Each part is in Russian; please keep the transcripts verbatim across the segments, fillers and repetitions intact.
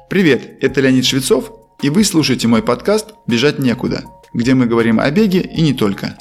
Привет, это Леонид Швецов, и вы слушаете мой подкаст «Бежать некуда», где мы говорим о беге и не только.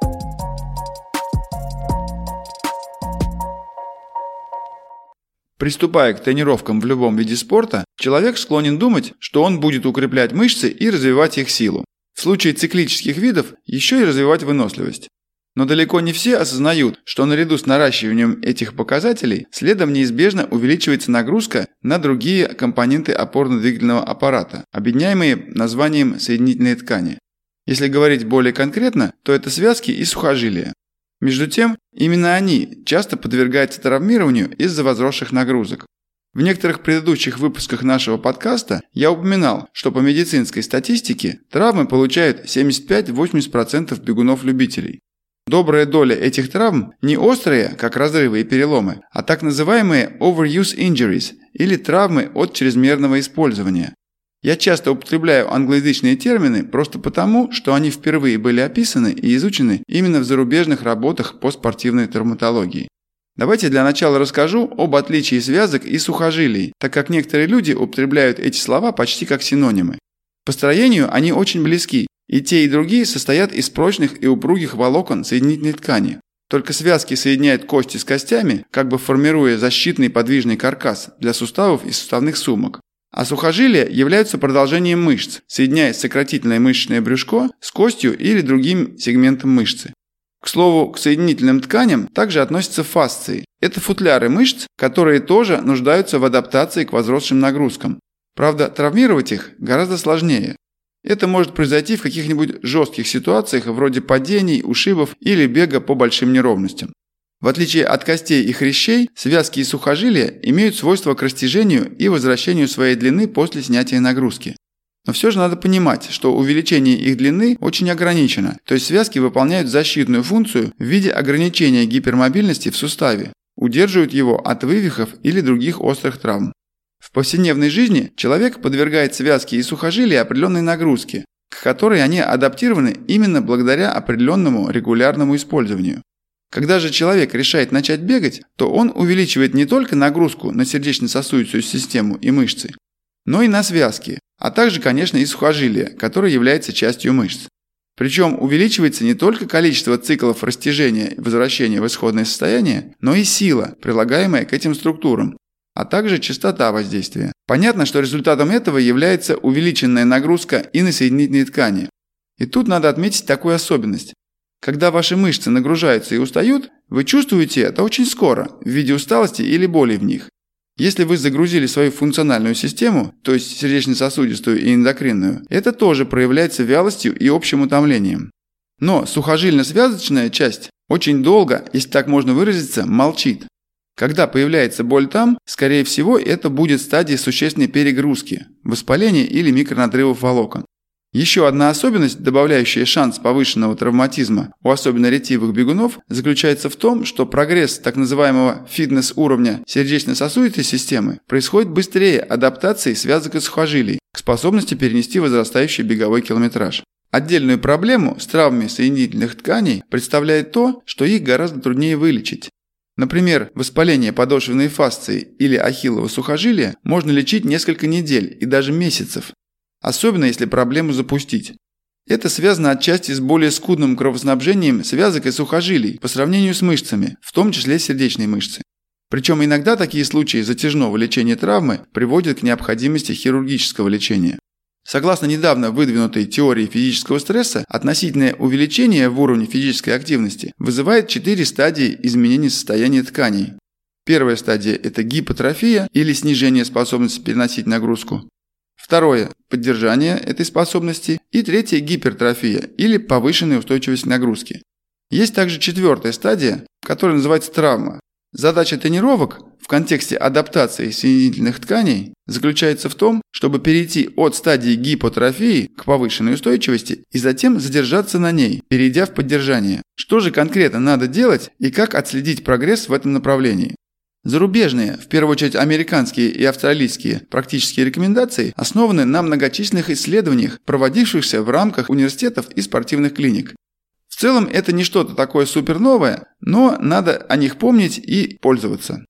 Приступая к тренировкам в любом виде спорта, человек склонен думать, что он будет укреплять мышцы и развивать их силу. В случае циклических видов еще и развивать выносливость. Но далеко не все осознают, что наряду с наращиванием этих показателей следом неизбежно увеличивается нагрузка на другие компоненты опорно-двигательного аппарата, объединяемые названием соединительные ткани. Если говорить более конкретно, то это связки и сухожилия. Между тем, именно они часто подвергаются травмированию из-за возросших нагрузок. В некоторых предыдущих выпусках нашего подкаста я упоминал, что по медицинской статистике травмы получают семьдесят пять - восемьдесят процентов бегунов-любителей. Добрая доля этих травм не острые, как разрывы и переломы, а так называемые overuse injuries или травмы от чрезмерного использования. Я часто употребляю англоязычные термины просто потому, что они впервые были описаны и изучены именно в зарубежных работах по спортивной травматологии. Давайте для начала расскажу об отличии связок и сухожилий, так как некоторые люди употребляют эти слова почти как синонимы. По строению они очень близки, и те, и другие состоят из прочных и упругих волокон соединительной ткани. Только связки соединяют кости с костями, как бы формируя защитный подвижный каркас для суставов и суставных сумок. А сухожилия являются продолжением мышц, соединяя сократительное мышечное брюшко с костью или другим сегментом мышцы. К слову, к соединительным тканям также относятся фасции. Это футляры мышц, которые тоже нуждаются в адаптации к возросшим нагрузкам. Правда, травмировать их гораздо сложнее. Это может произойти в каких-нибудь жестких ситуациях вроде падений, ушибов или бега по большим неровностям. В отличие от костей и хрящей, связки и сухожилия имеют свойство к растяжению и возвращению своей длины после снятия нагрузки. Но все же надо понимать, что увеличение их длины очень ограничено, то есть связки выполняют защитную функцию в виде ограничения гипермобильности в суставе, удерживают его от вывихов или других острых травм. В повседневной жизни человек подвергает связки и сухожилия определенной нагрузке, к которой они адаптированы именно благодаря определенному регулярному использованию. Когда же человек решает начать бегать, то он увеличивает не только нагрузку на сердечно-сосудистую систему и мышцы, но и на связки, а также, конечно, и сухожилия, которые являются частью мышц. Причем увеличивается не только количество циклов растяжения и возвращения в исходное состояние, но и сила, прилагаемая к этим структурам, а также частота воздействия. Понятно, что результатом этого является увеличенная нагрузка и на соединительные ткани. И тут надо отметить такую особенность. Когда ваши мышцы нагружаются и устают, вы чувствуете это очень скоро, в виде усталости или боли в них. Если вы загрузили свою функциональную систему, то есть сердечно-сосудистую и эндокринную, это тоже проявляется вялостью и общим утомлением. Но сухожильно-связочная часть очень долго, если так можно выразиться, молчит. Когда появляется боль там, скорее всего, это будет стадия существенной перегрузки, воспаления или микронадрывов волокон. Еще одна особенность, добавляющая шанс повышенного травматизма у особенно ретивых бегунов, заключается в том, что прогресс так называемого фитнес-уровня сердечно-сосудистой системы происходит быстрее адаптации связок и сухожилий к способности перенести возрастающий беговой километраж. Отдельную проблему с травмами соединительных тканей представляет то, что их гораздо труднее вылечить. Например, воспаление подошвенной фасции или ахиллово сухожилия можно лечить несколько недель и даже месяцев, особенно если проблему запустить. Это связано отчасти с более скудным кровоснабжением связок и сухожилий по сравнению с мышцами, в том числе сердечной мышцы. Причем иногда такие случаи затяжного лечения травмы приводят к необходимости хирургического лечения. Согласно недавно выдвинутой теории физического стресса, относительное увеличение в уровне физической активности вызывает четыре стадии изменения состояния тканей. Первая стадия – это гипотрофия или снижение способности переносить нагрузку. Второе – поддержание этой способности. И третье – гипертрофия или повышенная устойчивость к нагрузке. Есть также четвертая стадия, которая называется травма. Задача тренировок в контексте адаптации соединительных тканей заключается в том, чтобы перейти от стадии гипотрофии к повышенной устойчивости и затем задержаться на ней, перейдя в поддержание. Что же конкретно надо делать и как отследить прогресс в этом направлении? Зарубежные, в первую очередь американские и австралийские практические рекомендации основаны на многочисленных исследованиях, проводившихся в рамках университетов и спортивных клиник. В целом это не что-то такое суперновое, но надо о них помнить и пользоваться.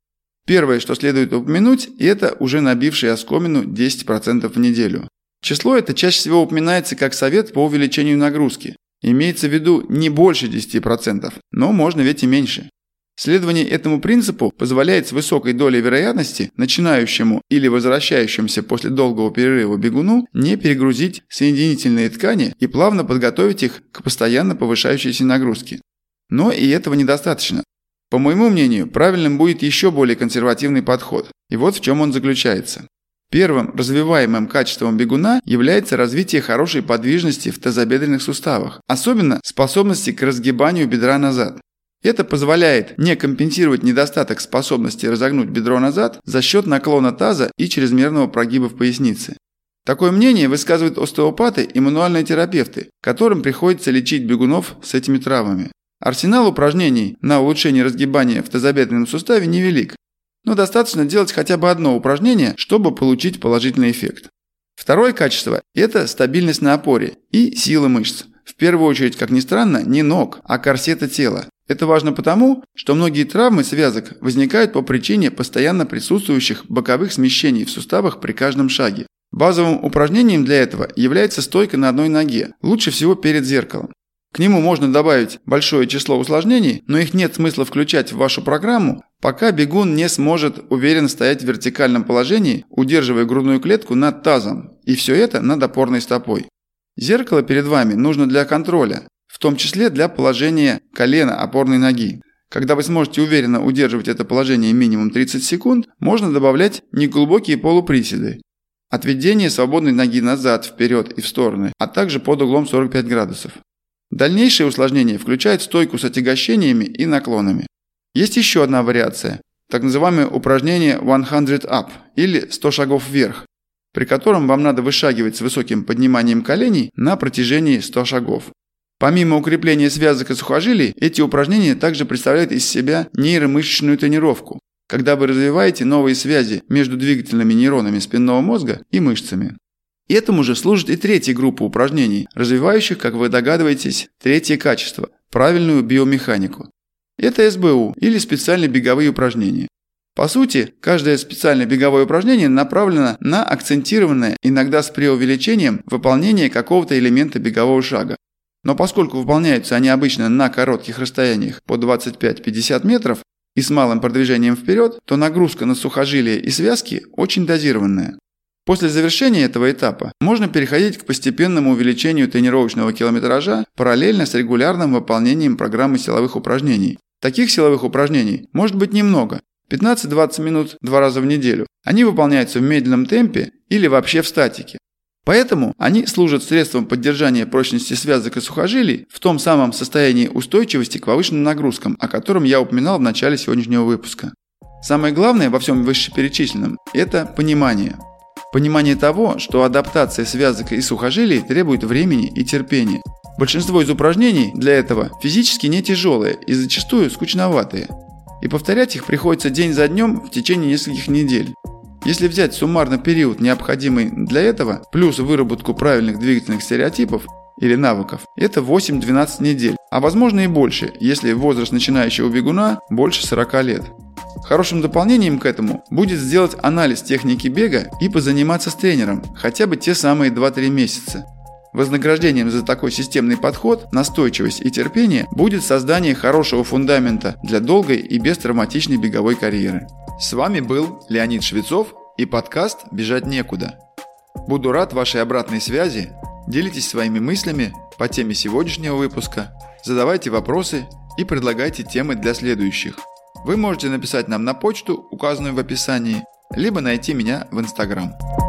Первое, что следует упомянуть, это уже набившие оскомину десять процентов в неделю. Число это чаще всего упоминается как совет по увеличению нагрузки. Имеется в виду не больше десяти процентов, но можно ведь и меньше. Следование этому принципу позволяет с высокой долей вероятности начинающему или возвращающемуся после долгого перерыва бегуну не перегрузить соединительные ткани и плавно подготовить их к постоянно повышающейся нагрузке. Но и этого недостаточно. По моему мнению, правильным будет еще более консервативный подход. И вот в чем он заключается. Первым развиваемым качеством бегуна является развитие хорошей подвижности в тазобедренных суставах, особенно способности к разгибанию бедра назад. Это позволяет не компенсировать недостаток способности разогнуть бедро назад за счет наклона таза и чрезмерного прогиба в пояснице. Такое мнение высказывают остеопаты и мануальные терапевты, которым приходится лечить бегунов с этими травмами. Арсенал упражнений на улучшение разгибания в тазобедренном суставе невелик, но достаточно делать хотя бы одно упражнение, чтобы получить положительный эффект. Второе качество – это стабильность на опоре и сила мышц. В первую очередь, как ни странно, не ног, а корсета тела. Это важно потому, что многие травмы связок возникают по причине постоянно присутствующих боковых смещений в суставах при каждом шаге. Базовым упражнением для этого является стойка на одной ноге, лучше всего перед зеркалом. К нему можно добавить большое число усложнений, но их нет смысла включать в вашу программу, пока бегун не сможет уверенно стоять в вертикальном положении, удерживая грудную клетку над тазом, и все это над опорной стопой. Зеркало перед вами нужно для контроля, в том числе для положения колена опорной ноги. Когда вы сможете уверенно удерживать это положение минимум тридцать секунд, можно добавлять неглубокие полуприседы, отведение свободной ноги назад, вперед и в стороны, а также под углом сорок пять градусов. Дальнейшие усложнения включают стойку с отягощениями и наклонами. Есть еще одна вариация, так называемое упражнение сто up или сто шагов вверх, при котором вам надо вышагивать с высоким подниманием коленей на протяжении ста шагов. Помимо укрепления связок и сухожилий, эти упражнения также представляют из себя нейромышечную тренировку, когда вы развиваете новые связи между двигательными нейронами спинного мозга и мышцами. Этому же служит и третья группа упражнений, развивающих, как вы догадываетесь, третье качество – правильную биомеханику. Это эс бэ у или специальные беговые упражнения. По сути, каждое специальное беговое упражнение направлено на акцентированное, иногда с преувеличением, выполнение какого-то элемента бегового шага. Но поскольку выполняются они обычно на коротких расстояниях по двадцать пять - пятьдесят метров и с малым продвижением вперед, то нагрузка на сухожилия и связки очень дозированная. После завершения этого этапа можно переходить к постепенному увеличению тренировочного километража параллельно с регулярным выполнением программы силовых упражнений. Таких силовых упражнений может быть немного – пятнадцать - двадцать минут два раза в неделю. Они выполняются в медленном темпе или вообще в статике. Поэтому они служат средством поддержания прочности связок и сухожилий в том самом состоянии устойчивости к повышенным нагрузкам, о котором я упоминал в начале сегодняшнего выпуска. Самое главное во всем вышеперечисленном – это понимание. Понимание того, что адаптация связок и сухожилий требует времени и терпения. Большинство из упражнений для этого физически не тяжелые и зачастую скучноватые. И повторять их приходится день за днем в течение нескольких недель. Если взять суммарно период, необходимый для этого, плюс выработку правильных двигательных стереотипов или навыков, это восемь - двенадцать недель, а возможно и больше, если возраст начинающего бегуна больше сорока лет. Хорошим дополнением к этому будет сделать анализ техники бега и позаниматься с тренером хотя бы те самые два-три месяца. Вознаграждением за такой системный подход, настойчивость и терпение будет создание хорошего фундамента для долгой и бестравматичной беговой карьеры. С вами был Леонид Швецов и подкаст «Бежать некуда». Буду рад вашей обратной связи, делитесь своими мыслями по теме сегодняшнего выпуска, задавайте вопросы и предлагайте темы для следующих. Вы можете написать нам на почту, указанную в описании, либо найти меня в Инстаграм.